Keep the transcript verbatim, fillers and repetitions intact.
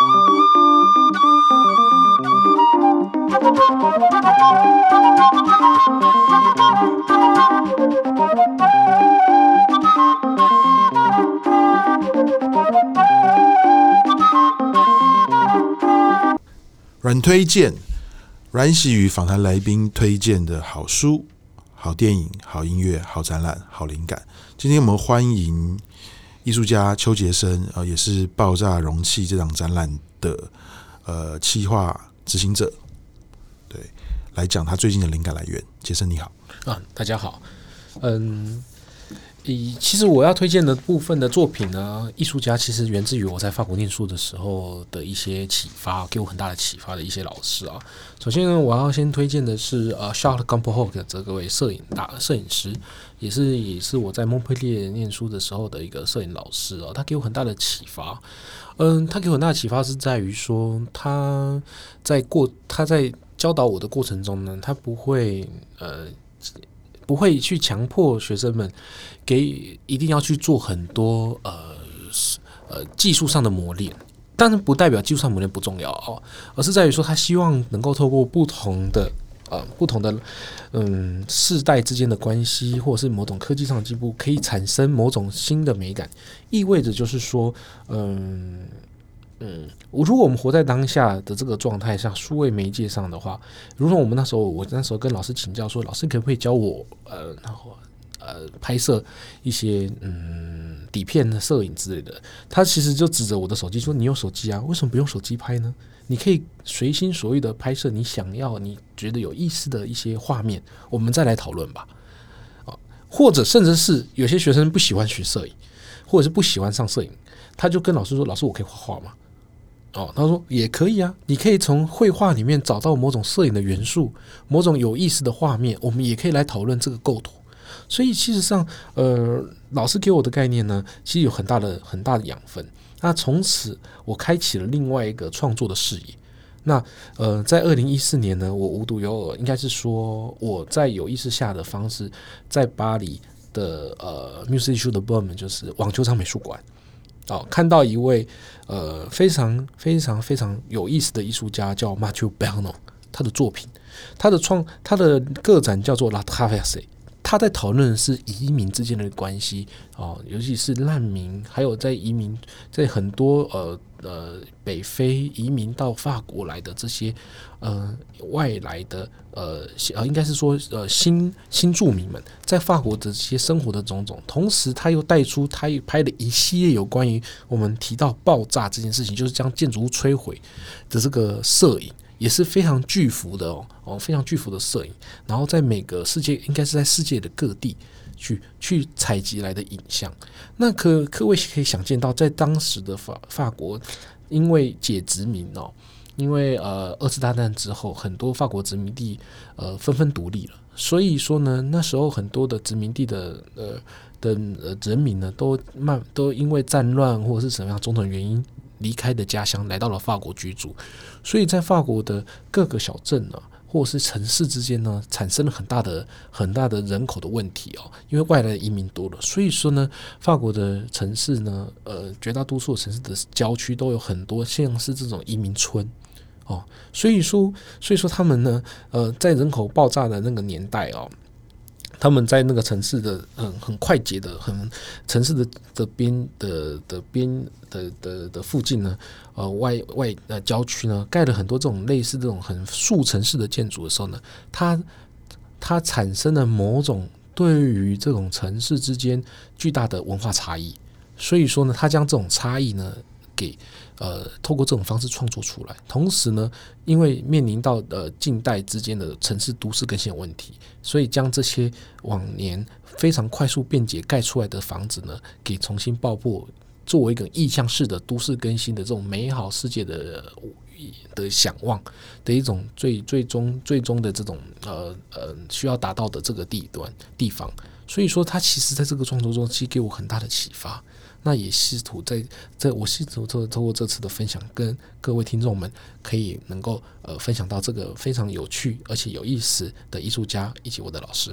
软推荐，阮喜与访谈来宾推荐的好书、好电影、好音乐、好展览、好灵感。今天我们欢迎艺术家邱杰生，呃，也是爆炸容器这场展览的呃企划执行者，对，来讲他最近的灵感来源。杰生你好。 啊，大家好。嗯，其实我要推荐的部分的作品呢，艺术家其实源自于我在法国念书的时候的一些启发，给我很大的启发的一些老师啊。首先呢，我要先推荐的是呃 Charles Gamperhoek 这个位摄影大摄影师，也是也是我在蒙佩列念书的时候的一个摄影老师啊，他给我很大的启发。嗯，他给我很大的启发是在于说，他在过他在教导我的过程中呢，他不会呃。不会去强迫学生们给一定要去做很多呃呃技术上的磨练，但是不代表技术上磨练不重要哦，而是在于说他希望能够透过不同的呃不同的嗯世代之间的关系，或者是某种科技上的进步，可以产生某种新的美感，意味着就是说嗯。嗯，如果我们活在当下的这个状态下，数位媒介上的话，如果我们那时候，我那时候跟老师请教说，老师可不可以教我呃，然后呃拍摄一些嗯底片的摄影之类的？他其实就指着我的手机说：“你有手机啊，为什么不用手机拍呢？你可以随心所欲的拍摄你想要、你觉得有意思的一些画面，我们再来讨论吧。”啊，或者甚至是有些学生不喜欢学摄影，或者是不喜欢上摄影，他就跟老师说：“老师，我可以画画吗？”哦，他说也可以啊，你可以从绘画里面找到某种摄影的元素，某种有意思的画面，我们也可以来讨论这个构图。所以事实上，呃，老师给我的概念呢，其实有很大的很大的养分。那从此我开启了另外一个创作的视野。那呃，在二零一四年呢，我无独有偶，应该是说我在有意识下的方式，在巴黎的呃 Musée de Baume， 就是网球场美术馆。哦，看到一位呃非常非常非常有意思的艺术家叫 Mathieu Bernot， 他的作品，他的创他的个展叫做 La Traversée， 他在讨论的是移民之间的关系哦，尤其是难民，还有在移民在很多呃呃北非移民到法国来的这些呃外来的呃呃应该是说呃新新住民们在法国的这些生活的种种，同时他又带出他又拍了一系列有关于我们提到爆炸这件事情，就是将建筑物摧毁的这个摄影。也是非常巨幅的 哦, 哦，非常巨幅的摄影，然后在每个世界，应该是在世界的各地去去采集来的影像。那可各位可以想见到，在当时的法法国，因为解殖民哦，因为呃二次大战之后，很多法国殖民地呃纷纷独立了，所以说呢，那时候很多的殖民地的呃的呃人民呢，都慢都因为战乱或者是什么样种种原因。离开的家乡来到了法国居住，所以在法国的各个小镇呢，或者是城市之间呢，产生了很大的很大的人口的问题哦，因为外来的移民多了，所以说呢，法国的城市呢，呃，绝大多数城市的郊区都有很多像是这种移民村哦，所以说，所以说他们呢，呃，在人口爆炸的那个年代哦。他们在那个城市的很很快捷的很城市的的边的的边的的的附近呢，呃外外呃郊区呢，盖了很多这种类似这种很速城市的建筑的时候呢，它它产生了某种对于这种城市之间巨大的文化差异，所以说呢，它将这种差异呢给呃透过这种方式创作出来，同时呢，因为面临到呃近代之间的城市都市更新的问题，所以将这些往年非常快速便捷盖出来的房子呢，给重新爆破，作为一个意象式的都市更新的这种美好世界的的想望的一种最最终最终的这种呃呃需要达到的这个地段地方，所以说他其实在这个创作中其实给我很大的启发。那也试图在在我试图透过这次的分享，跟各位听众们可以能够呃分享到这个非常有趣而且有意思的艺术家以及我的老师。